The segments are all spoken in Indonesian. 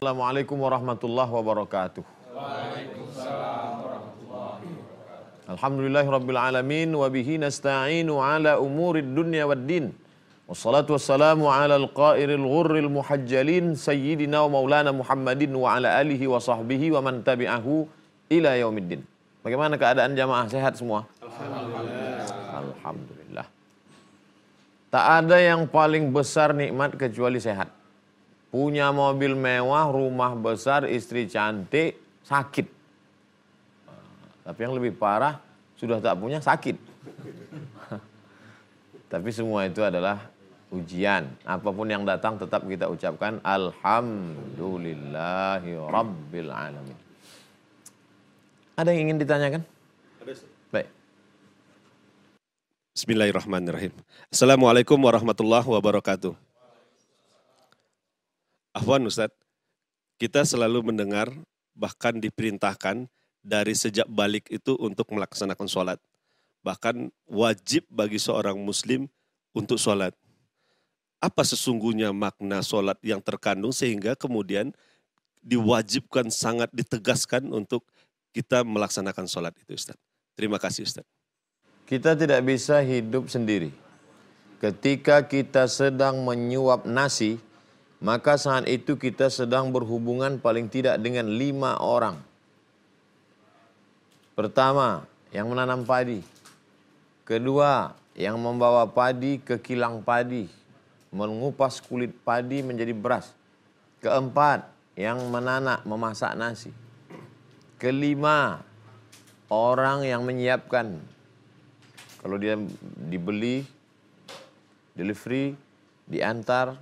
Assalamualaikum warahmatullahi wabarakatuh. Waalaikumsalam warahmatullahi wabarakatuh. Alhamdulillahirabbil alamin wa bihi nasta'inu ala umurid dunya waddin. Wassalatu wassalamu ala al-qairil ghurril muhajjalin sayyidina wa maulana Muhammadin wa ala alihi wa sahbihi wa man tabi'ahu ila yaumiddin. Bagaimana keadaan jamaah, sehat semua? Alhamdulillah. Alhamdulillah. Tak ada yang paling besar nikmat kecuali sehat. Punya mobil mewah, rumah besar, istri cantik, sakit. Tapi yang lebih parah, sudah tak punya, sakit. Tapi semua itu adalah ujian. Apapun yang datang tetap kita ucapkan Alhamdulillahi Rabbil Alamin. Ada yang ingin ditanyakan? Baik. Bismillahirrahmanirrahim. Assalamualaikum warahmatullahi wabarakatuh. Afwan Ustadz, kita selalu mendengar bahkan diperintahkan dari sejak balik itu untuk melaksanakan sholat. Bahkan wajib bagi seorang muslim untuk sholat. Apa sesungguhnya makna sholat yang terkandung sehingga kemudian diwajibkan, sangat ditegaskan untuk kita melaksanakan sholat itu Ustadz? Terima kasih Ustadz. Kita tidak bisa hidup sendiri. Ketika kita sedang menyuap nasi, maka saat itu kita sedang berhubungan paling tidak dengan 5 orang. Pertama, yang menanam padi. Kedua, yang membawa padi ke kilang padi, mengupas kulit padi menjadi beras. Keempat, yang menanak, memasak nasi. Kelima, orang yang menyiapkan. Kalau dia dibeli, delivery, diantar.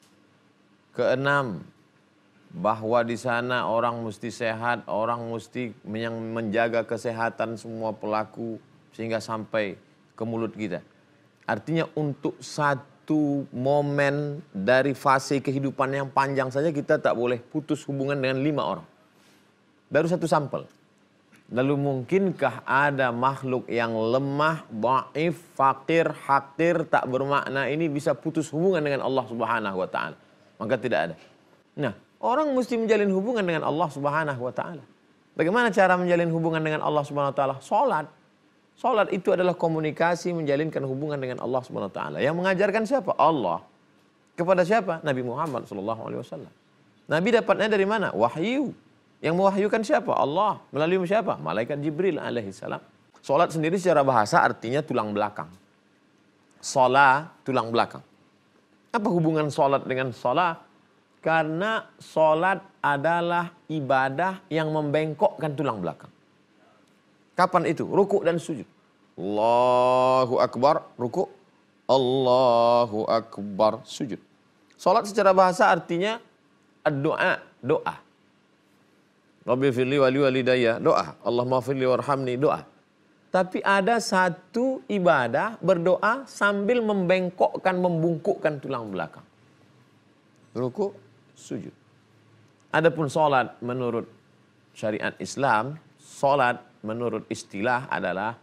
Keenam, bahwa di sana orang mesti sehat, orang mesti yang menjaga kesehatan semua pelaku sehingga sampai ke mulut kita. Artinya untuk satu momen dari fase kehidupan yang panjang saja kita tak boleh putus hubungan dengan 5 orang. Baru satu sampel. Lalu mungkinkah ada makhluk yang lemah, dhaif, fakir, hakir, tak bermakna ini bisa putus hubungan dengan Allah Subhanahu wa taala? Maka tidak ada. Nah, orang mesti menjalin hubungan dengan Allah Subhanahu wa taala. Bagaimana cara menjalin hubungan dengan Allah Subhanahu wa taala? Salat. Salat itu adalah komunikasi menjalinkan hubungan dengan Allah Subhanahu wa taala. Yang mengajarkan siapa? Allah. Kepada siapa? Nabi Muhammad sallallahu alaihi wasallam. Nabi dapatnya dari mana? Wahyu. Yang mewahyukan siapa? Allah. Melalui siapa? Malaikat Jibril alaihi salam. Salat sendiri secara bahasa artinya tulang belakang. Salat, tulang belakang. Apa hubungan salat dengan salat? Karena salat adalah ibadah yang membengkokkan tulang belakang. Kapan itu? Rukuk dan sujud. Allahu Akbar, rukuk. Allahu Akbar, sujud. Salat secara bahasa artinya doa, doa. Rabbi firli wali walidayya, doa. Allahumma firli warhamni, doa. Tapi ada satu ibadah berdoa sambil membengkokkan, membungkukkan tulang belakang. Rukuk, sujud. Adapun salat menurut syariat Islam, salat menurut istilah adalah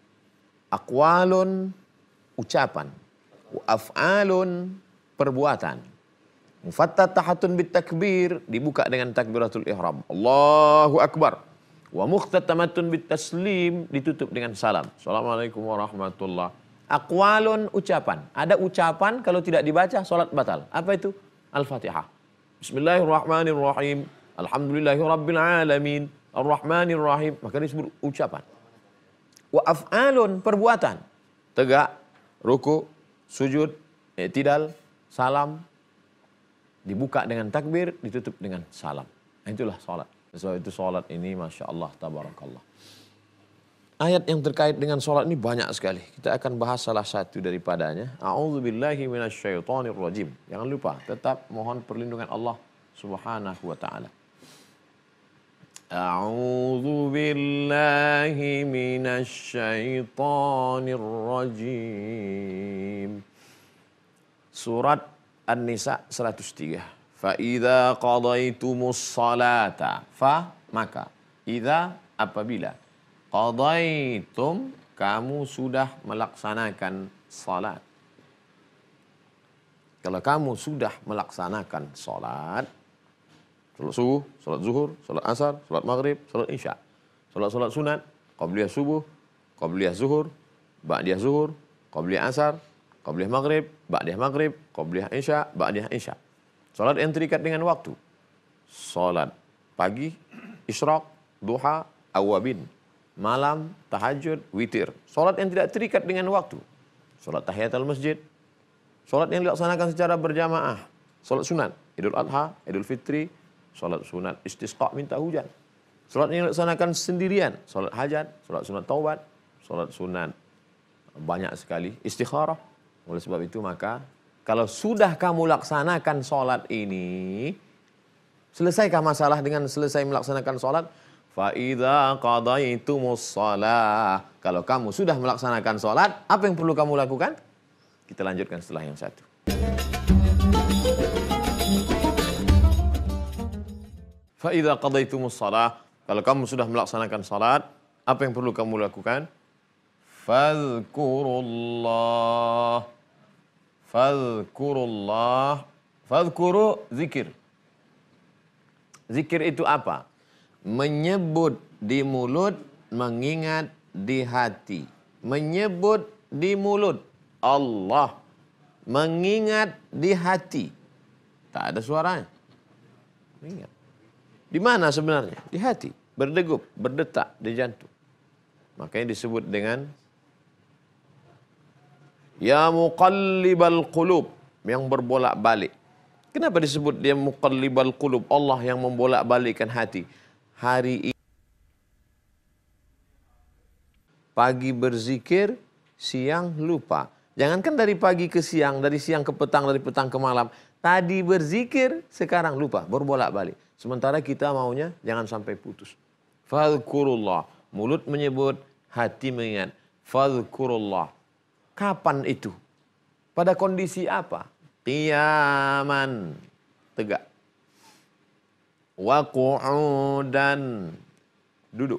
aqwalun, ucapan, wa af'alun, perbuatan. Mufattatahatun bitakbir, dibuka dengan takbiratul ihram. Allahu Akbar. Wa mukhtatamatun bitaslim, ditutup dengan salam. Assalamualaikum warahmatullahi. Aqwalun, ucapan. Ada ucapan kalau tidak dibaca salat batal. Apa itu? Al-Fatihah. Bismillahirrahmanirrahim. Alhamdulillahirabbil alamin. Ar-Rahmanirrahim. Maka disebut ucapan. Wa af'alun, perbuatan. Tegak, ruku, sujud, i'tidal, salam. Dibuka dengan takbir, ditutup dengan salam. Itulah salat. Sebab itu salat ini Masya Allah, tabarakallah. Ayat yang terkait dengan salat ini banyak sekali. Kita akan bahas salah satu daripadanya. A'udzubillahi minasyaitonirrajim. Jangan lupa, tetap mohon perlindungan Allah Subhanahu wa ta'ala. A'udzubillahi minasyaitonirrajim. Surat An-Nisa 103. Fa'idha qadaytumus salata. Maka. Idha, apabila. Qadaitum, kamu sudah melaksanakan salat. Kalau kamu sudah melaksanakan salat. Salat subuh, salat zuhur, salat asar, salat maghrib, salat isya. Salat-salat sunat, qabliyah subuh, qabliyah zuhur, ba'diyah zuhur, qabliyah asar, qabliyah maghrib, ba'diyah maghrib, qabliyah isya, ba'diyah isya. Salat yang terikat dengan waktu. Salat pagi, isyraq, duha, awabin. Malam, tahajud, witir. Salat yang tidak terikat dengan waktu. Salat tahiyatul masjid. Salat yang dilaksanakan secara berjamaah. Salat sunat, Idul Adha, Idul Fitri, salat sunat istisqa minta hujan. Salat yang dilaksanakan sendirian, salat hajat, salat sunat taubat, salat sunat banyak sekali, istikharah. Oleh sebab itu maka kalau sudah kamu laksanakan salat ini, selesaikah masalah dengan selesai melaksanakan salat? Fa idza qadaitumus shalah. Kalau kamu sudah melaksanakan salat, apa yang perlu kamu lakukan? Kita lanjutkan setelah yang satu. Fa idza qadaitumus shalah. Kalau kamu sudah melaksanakan salat, apa yang perlu kamu lakukan? Fadhkurullah. Fadhkurullah. Fadhkuru zikir. Zikir itu apa? Menyebut di mulut, mengingat di hati. Menyebut di mulut Allah, mengingat di hati. Tak ada suaranya. Mengingat. Di mana sebenarnya? Di hati. Berdegup, berdetak di jantung. Makanya disebut dengan Ya muqallibal qulub, yang berbolak-balik. Kenapa disebut dia muqallibal qulub? Allah yang membolak-balikkan hati. Hari ini pagi berzikir, siang lupa. Jangankan dari pagi ke siang, dari siang ke petang, dari petang ke malam. Tadi berzikir, sekarang lupa, berbolak-balik. Sementara kita maunya jangan sampai putus. Fadhkurullah. Mulut menyebut, hati mengingat. Fadhkurullah. Kapan itu? Pada kondisi apa? Qiyaman. Tegak. Wa qu'udan. Duduk.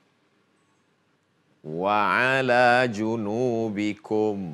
Wa ala junubikum.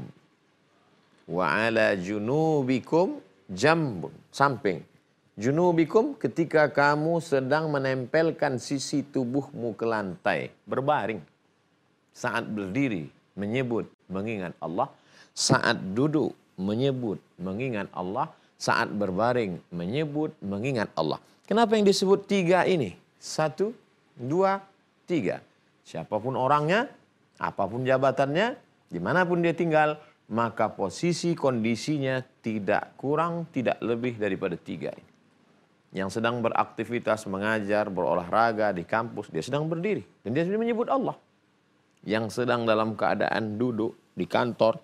Wa ala junubikum jambun. Samping. Junubikum ketika kamu sedang menempelkan sisi tubuhmu ke lantai. Berbaring. Saat berdiri menyebut, mengingat Allah. Saat duduk menyebut, mengingat Allah. Saat berbaring menyebut, mengingat Allah. Kenapa yang disebut tiga ini? 1, 2, 3. Siapapun orangnya, apapun jabatannya, dimanapun dia tinggal, maka posisi kondisinya tidak kurang, tidak lebih daripada 3 ini. Yang sedang beraktivitas, mengajar, berolahraga di kampus, dia sedang berdiri. Dan dia sudah menyebut Allah. Yang sedang dalam keadaan duduk di kantor,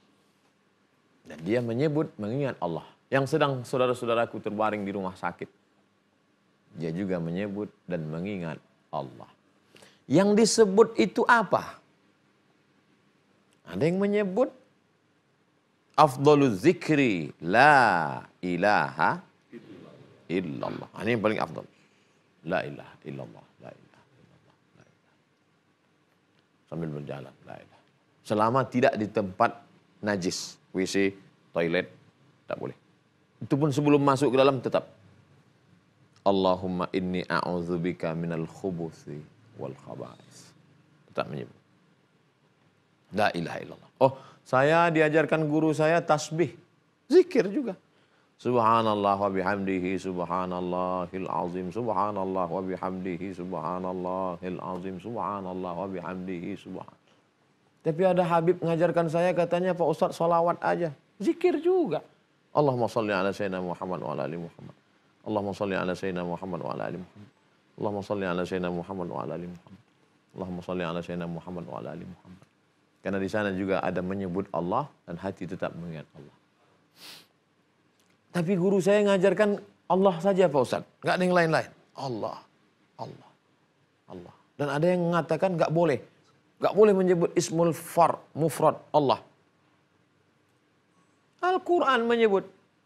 dan dia menyebut, mengingat Allah. Yang sedang saudara-saudaraku terbaring di rumah sakit, dia juga menyebut dan mengingat Allah. Yang disebut itu apa? Ada yang menyebut afdhaluz zikri la ilaha illallah. Ini yang paling afdal. La ilaha illallah, la ilaha illallah, la ilaha. Sambil berjalan, la ilaha. Selama tidak di tempat najis, WC, toilet, tak boleh. Itu pun sebelum masuk ke dalam tetap. Allahumma inni a'udzubika minal khubuthi wal khaba'is. Tetap menyebut. La ilaha illallah. Oh, saya diajarkan guru saya tasbih. Zikir juga. Subhanallah wa bihamdihi subhanallahil azim. Subhanallah wa bihamdihi subhanallahil azim. Subhanallah wa bihamdihi subhanallah. Tapi ada Habib mengajarkan saya, katanya Pak Ustadz salawat aja. Zikir juga. Allahumma salli ala sayyidina Muhammad wa ala ali Muhammad. Allahumma salli ala sayyidina Muhammad wa ala ali Muhammad. Allahumma salli ala sayyidina Muhammad wa ala ali Muhammad. Allahumma salli ala sayyidina Muhammad wa ala ali Muhammad. Karena di sana juga ada menyebut Allah dan hati tetap mengingat Allah. Tapi guru saya mengajarkan Allah saja Pak Ustadz. Enggak ada yang lain-lain. Allah, Allah, Allah. Dan ada yang mengatakan enggak boleh. Enggak boleh menyebut ismul mufrad Allah. Al-Quran menyebut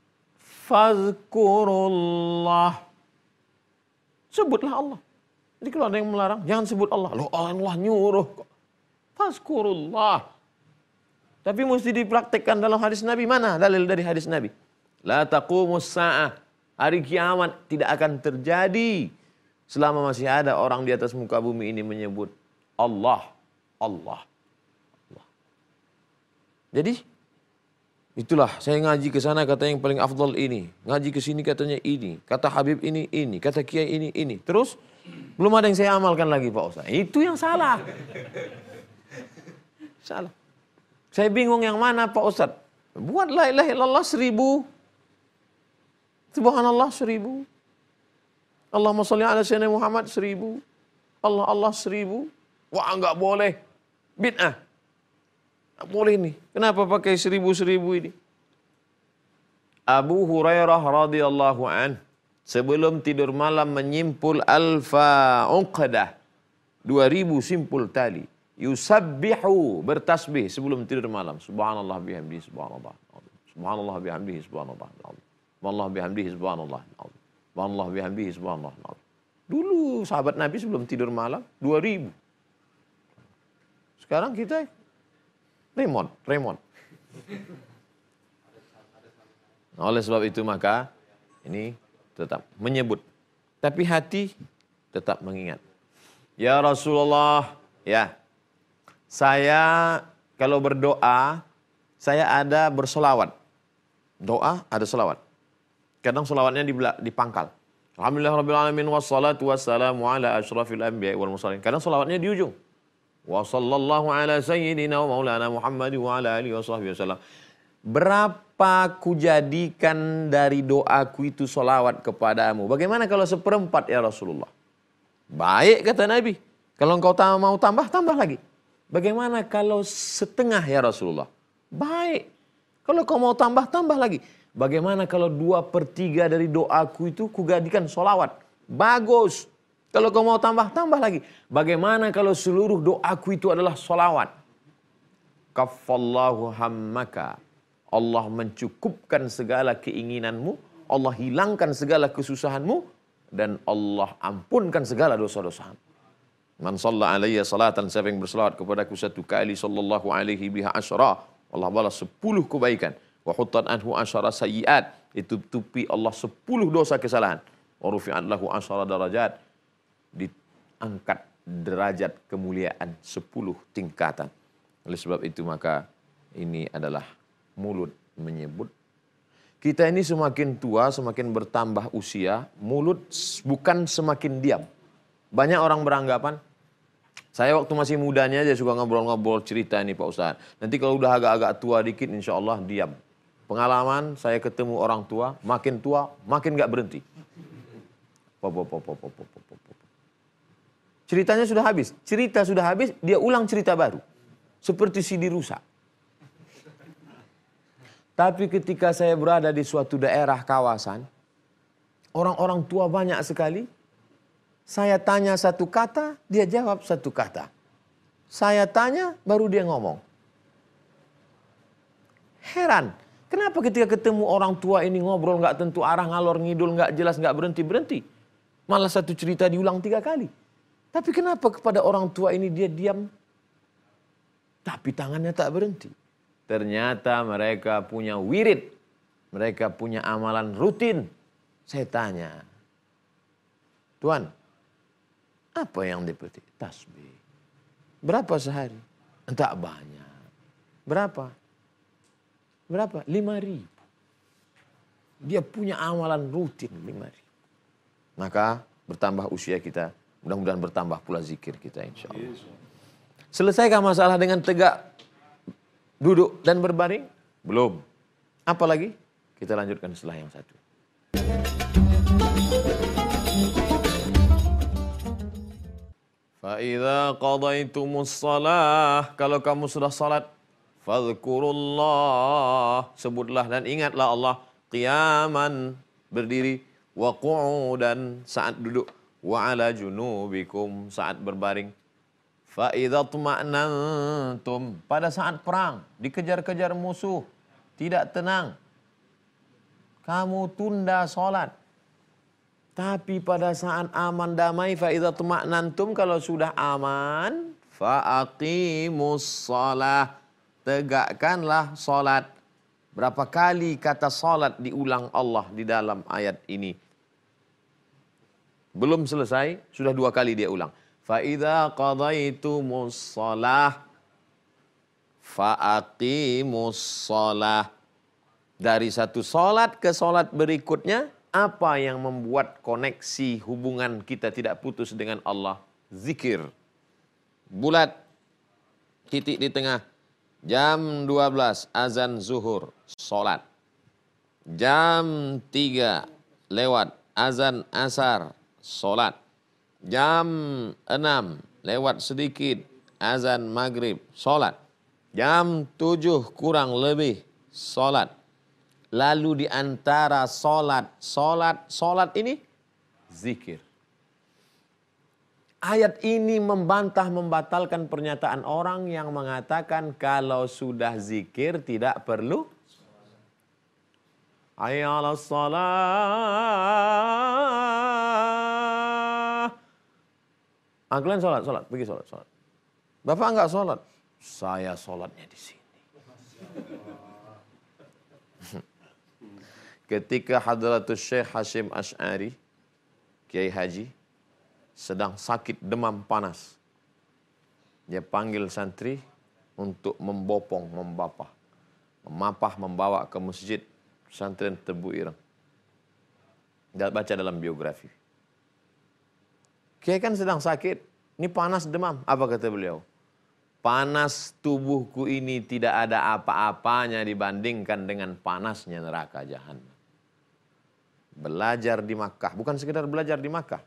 fazkurullah. Sebutlah Allah. Jadi kalau ada yang melarang, jangan sebut Allah. Loh, Allah nyuruh kok. Fazkurullah. Tapi mesti dipraktekkan dalam hadis Nabi. Mana dalil dari hadis Nabi? La taqumus sa'ah Hari kiamat tidak akan terjadi selama masih ada orang di atas muka bumi ini menyebut Allah, Allah, Allah. Jadi itulah saya ngaji ke sana kata yang paling afdal ini, ngaji ke sini katanya ini, kata Habib ini, kata Kiai ini. Terus belum ada yang saya amalkan lagi Pak Ustaz. Itu yang salah. Salah. Saya bingung yang mana Pak Ustaz. Buat la ilaha illallah 1000. Subhanallah 1000. Allahumma sholli ala sayyidina Muhammad 1000. Allah 1000. Wah enggak boleh. Bid'ah. Enggak boleh nih. Kenapa pakai 1000 ini? Abu Hurairah radhiyallahu an sebelum tidur malam menyimpul alfa uqdah. 2000 simpul tali. Yusabbihu bertasbih sebelum tidur malam. Subhanallah bihamdihi subhanallah. Subhanallah bihamdihi subhanallah. Subhanallah bihamdihi subhanallah. Subhanallah bihamdihi subhanallah. Dulu sahabat Nabi sebelum tidur malam 2000. Sekarang kita remote. Oleh sebab itu maka ini tetap menyebut. Tapi hati tetap mengingat. Ya Rasulullah, ya. Saya kalau berdoa, saya ada bersolawat. Doa ada solawat. Kadang solawatnya dipangkal. Alhamdulillahirrabbilalamin wassalatu wassalamu ala ashrafil anbiya wal mursalin. Kadang solawatnya di ujung. Wa sallallahu ala sayyidina wa maulana Muhammad wa ala alihi wa sahbihi wasallam. Berapa kujadikan dari doaku itu solawat kepadamu. Bagaimana kalau 1/4 ya Rasulullah? Baik kata Nabi. Kalau engkau mau tambah lagi. Bagaimana kalau 1/2 ya Rasulullah? Baik. Kalau kau mau tambah lagi. Bagaimana kalau 2/3 dari doaku itu kujadikan solawat? Bagus. Kalau kau mau tambah lagi. Bagaimana kalau seluruh doaku itu adalah solawat? Kaffallahu hammaka. Allah mencukupkan segala keinginanmu. Allah hilangkan segala kesusahanmu. Dan Allah ampunkan segala dosa-dosamu. Man shalla alayya salatan, siapa yang berselawat kepadaku 1 kali, sallallahu alaihi biha asyara, Allah balas 10 kebaikan. Wa huttan anhu asyara sayyiat, itu tutupi Allah 10 dosa kesalahan. Wa rufi'at lahu asyara darajat, diangkat derajat kemuliaan 10 tingkatan. Oleh sebab itu maka ini adalah mulut menyebut. Kita ini semakin tua, semakin bertambah usia, mulut bukan semakin diam. Banyak orang beranggapan, saya waktu masih mudanya aja suka ngobrol-ngobrol cerita ini Pak Ustadz. Nanti kalau udah agak-agak tua dikit insya Allah diam. Pengalaman saya ketemu orang tua makin gak berhenti. Ceritanya sudah habis. Cerita sudah habis, dia ulang cerita baru. Seperti CD rusak. Tapi ketika saya berada di suatu daerah kawasan, orang-orang tua banyak sekali. Saya tanya satu kata, dia jawab satu kata. Saya tanya, baru dia ngomong. Heran, kenapa ketika ketemu orang tua ini ngobrol nggak tentu arah, ngalor ngidul, nggak jelas, nggak berhenti-berhenti. Malah satu cerita diulang 3 kali. Tapi kenapa kepada orang tua ini dia diam, tapi tangannya tak berhenti. Ternyata mereka punya wirid, mereka punya amalan rutin. Saya tanya, Tuan, apa yang dipetik? Tasbih. Berapa sehari? Tak banyak. Berapa? 5.000. Dia punya amalan rutin 5.000. Maka bertambah usia kita, mudah-mudahan bertambah pula zikir kita insya Allah. Selesaikah masalah dengan tegak, duduk dan berbaring? Belum. Apalagi? Kita lanjutkan setelah yang satu. Fa'idha qadaitumus salah, kalau kamu sudah salat, fadhkurullah, sebutlah dan ingatlah Allah, qiyaman, berdiri, wa qu'udan, saat duduk, wa ala junubikum, saat berbaring. Fa'idha tuma'nantum, pada saat perang, dikejar-kejar musuh, tidak tenang, kamu tunda salat. Tapi pada saat aman damai, fa'idha tuma'nantum, kalau sudah aman, fa'aqimus shalah, tegakkanlah salat. Berapa kali kata salat diulang Allah di dalam ayat ini? Belum selesai, sudah 2 kali dia ulang. Fa idza qadaitumus shalah faaqimus shalah. Dari satu salat ke salat berikutnya, apa yang membuat koneksi hubungan kita tidak putus dengan Allah? Zikir. Bulat, titik di tengah. Jam 12 azan zuhur, salat. Jam 3 lewat azan asar, salat. Jam 6 lewat sedikit azan maghrib, salat. Jam 7 kurang lebih, salat. Lalu di antara salat ini zikir. Ayat ini membatalkan pernyataan orang yang mengatakan kalau sudah zikir tidak perlu. Hayya 'alas shalah. Kalian sholat, pergi sholat. Bapak enggak sholat. Saya sholatnya di sini. Ketika Hadratus Syekh Hashim Asy'ari, Kiai Haji, sedang sakit demam panas. Dia panggil santri untuk membopong, memapah, membawa ke masjid pesantren Tebu Ireng. Dia baca dalam biografi. Kiai kan sedang sakit, ini panas demam. Apa kata beliau? Panas tubuhku ini tidak ada apa-apanya dibandingkan dengan panasnya neraka jahanam. Belajar di Makkah, bukan sekedar belajar di Makkah.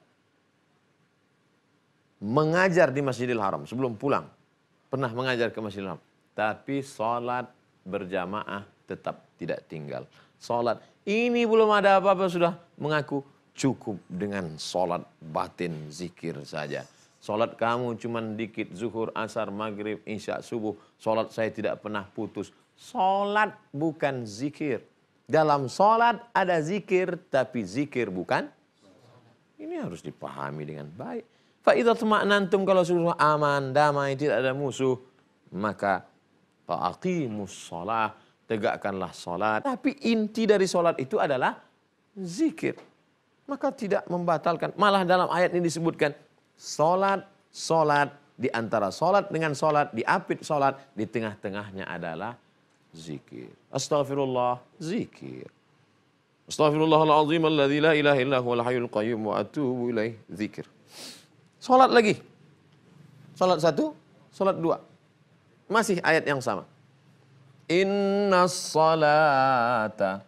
Mengajar di Masjidil Haram sebelum pulang. Pernah mengajar ke Masjidil Haram. Tapi sholat berjamaah tetap tidak tinggal. Sholat, ini belum ada apa-apa sudah mengaku cukup dengan sholat batin zikir saja. Sholat kamu cuman dikit, zuhur, asar, maghrib, isya, subuh. Sholat saya tidak pernah putus. Sholat bukan zikir. Dalam sholat ada zikir, tapi zikir bukan. Ini harus dipahami dengan baik. Fa'idha tuma'nantum, kalau sudah aman, damai, tidak ada musuh, maka fa'aqimus sholah, tegakkanlah sholat. Tapi inti dari sholat itu adalah zikir. Maka tidak membatalkan. Malah dalam ayat ini disebutkan, sholat, di antara sholat dengan sholat, diapit sholat, di tengah-tengahnya adalah zikir. Astaghfirullah, zikir. Astaghfirullahaladzim alladzi la ilaha illa huwal hayyul qayyum wa atubu ilaih, zikir. Salat lagi. Salat 1, salat 2. Masih ayat yang sama. Innas salata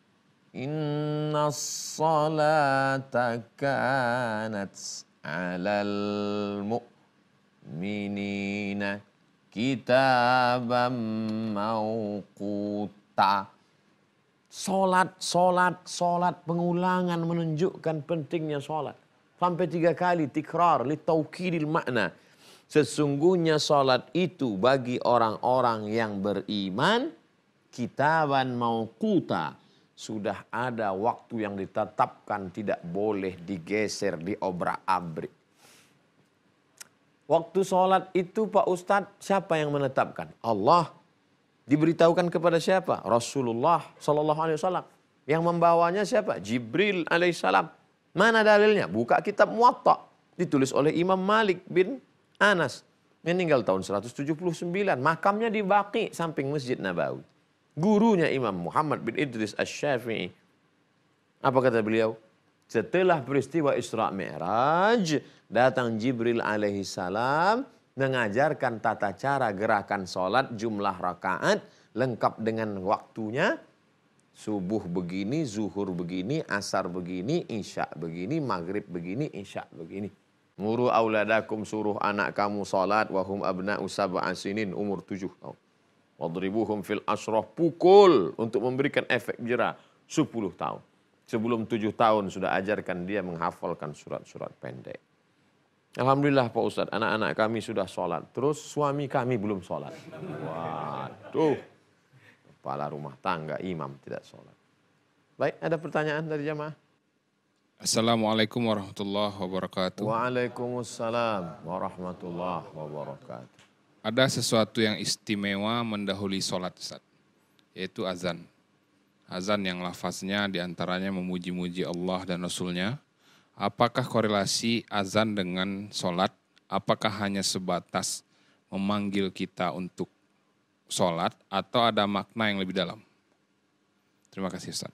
kanat 'alal mu'minina kitabam mauquta. Solat, pengulangan menunjukkan pentingnya solat. Sampai 3 kali tikrar, litaukidil makna. Sesungguhnya solat itu bagi orang-orang yang beriman, kitaban mauquta. Sudah ada waktu yang ditetapkan, tidak boleh digeser, diobrak-abrik. Waktu sholat itu Pak Ustadz, siapa yang menetapkan? Allah. Diberitahukan kepada siapa? Rasulullah Sallallahu Alaihi Wasallam. Yang membawanya siapa? Jibril Alaihissalam. Mana dalilnya? Buka kitab Muwatta. Ditulis oleh Imam Malik bin Anas. Meninggal tahun 179. Makamnya di Baqi, samping Masjid Nabawi. Gurunya Imam Muhammad bin Idris Asy-Syafi'i. Apa kata beliau? Setelah peristiwa Isra Mi'raj, datang Jibril alaihissalam mengajarkan tata cara gerakan sholat, jumlah rakaat, lengkap dengan waktunya. Subuh begini, zuhur begini, asar begini, isya begini, maghrib begini, isya begini. Muru auladakum, suruh anak kamu sholat, wahum abna'u sab'a sinin, umur 7 tahun. Wadribuhum fil asrah, pukul untuk memberikan efek jera 10 tahun. Sebelum 7 tahun sudah ajarkan dia menghafalkan surat-surat pendek. Alhamdulillah Pak Ustadz, anak-anak kami sudah sholat. Terus suami kami belum sholat. Waduh, kepala rumah tangga imam tidak sholat. Baik, ada pertanyaan dari jamaah? Assalamualaikum warahmatullahi wabarakatuh. Waalaikumsalam warahmatullahi wabarakatuh. Ada sesuatu yang istimewa mendahului sholat, Ustaz, yaitu azan. azan yang lafaznya diantaranya memuji-muji Allah dan Rasulnya. Apakah korelasi azan dengan sholat? Apakah hanya sebatas memanggil kita untuk sholat atau ada makna yang lebih dalam? Terima kasih Ustaz.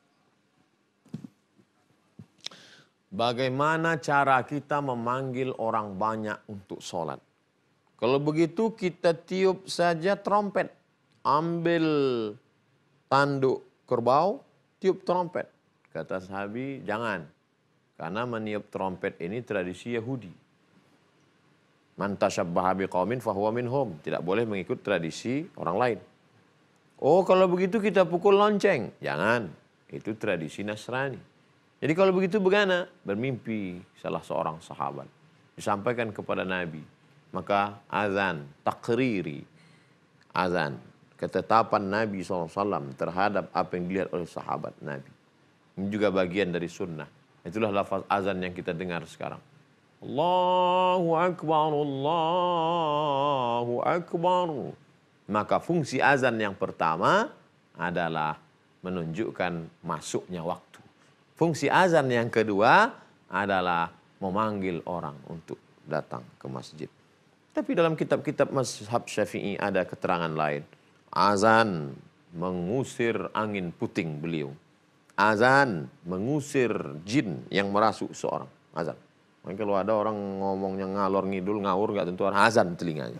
Bagaimana cara kita memanggil orang banyak untuk sholat? Kalau begitu kita tiup saja trompet. Ambil tanduk kerbau, tiup trompet. Kata sahabi, jangan. Karena meniup trompet ini tradisi Yahudi. Man tashabbaha biqaumin fahuwa minhum. Tidak boleh mengikut tradisi orang lain. Oh, kalau begitu kita pukul lonceng. Jangan. Itu tradisi Nasrani. Jadi kalau begitu bagaimana? Bermimpi salah seorang sahabat. Disampaikan kepada Nabi. Maka azan, takriri. Azan. Ketetapan Nabi SAW terhadap apa yang dilihat oleh sahabat Nabi. Ini juga bagian dari sunnah. Itulah lafaz azan yang kita dengar sekarang. Allahu Akbar, Allahu Akbar. Maka fungsi azan yang pertama adalah menunjukkan masuknya waktu. Fungsi azan yang kedua adalah memanggil orang untuk datang ke masjid. Tapi dalam kitab-kitab mazhab Syafi'i ada keterangan lain. Azan mengusir angin puting beliung. Azan mengusir jin yang merasuk seorang. Azan. Mungkin kalau ada orang ngomongnya ngalor ngidul ngawur nggak tentu azan telinganya.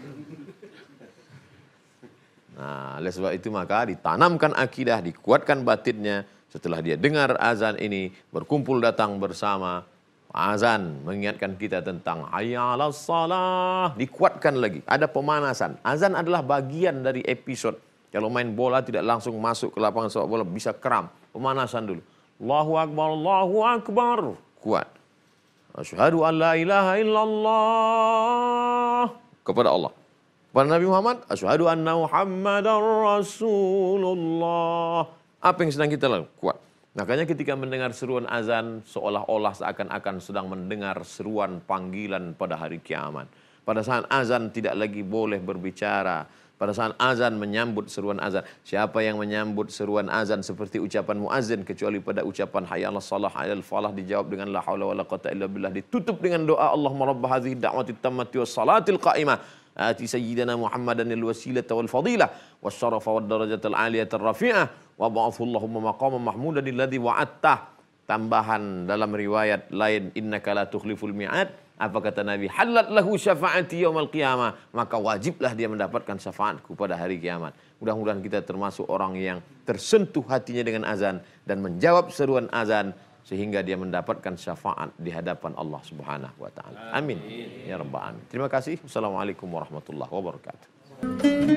Nah, oleh sebab itu maka ditanamkan akidah, dikuatkan batinnya. Setelah dia dengar azan ini, berkumpul datang bersama. Azan mengingatkan kita tentang hayya 'alas shalah, dikuatkan lagi. Ada pemanasan. Azan adalah bagian dari episode. Kalau main bola tidak langsung masuk ke lapangan sepak bola, bisa kram. Pemanasan dulu. Allahu Akbar, Allahu Akbar. Kuat. Asyhadu an la ilaha illallah. Kepada Allah. Kepada Nabi Muhammad. Asyhadu anna Muhammadar Rasulullah. Apa yang sedang kita lakukan? Kuat. Makanya ketika mendengar seruan azan, seolah-olah seakan-akan sedang mendengar seruan panggilan pada hari kiamat. Pada saat azan tidak lagi boleh berbicara. Pada saat azan menyambut seruan azan. Siapa yang menyambut seruan azan seperti ucapan muazzin kecuali pada ucapan hayya 'alas shalah, hayya 'alal falah dijawab dengan la haula wala quwwata illa billah, ditutup dengan doa Allahumma rabb hadhihi da'wati tammati was salatil qa'imah ati sayyidina Muhammadanil wasilata wal fadilah wasyarafa wad darajatal aliyatar rafi'ah wa ba'athu Allahumma maqaman mahmudan alladzi wa'attah. Tambahan dalam riwayat lain, innaka la tukhliful mi'ad. Apa kata Nabi? Halat lahu syafa'ati yaumal qiyamah. Maka wajiblah dia mendapatkan syafaatku pada hari kiamat. Mudah-mudahan kita termasuk orang yang tersentuh hatinya dengan azan dan menjawab seruan azan sehingga dia mendapatkan syafaat di hadapan Allah Subhanahu wa taala. Amin ya rabbal alamin. Terima kasih. Wassalamualaikum warahmatullahi wabarakatuh.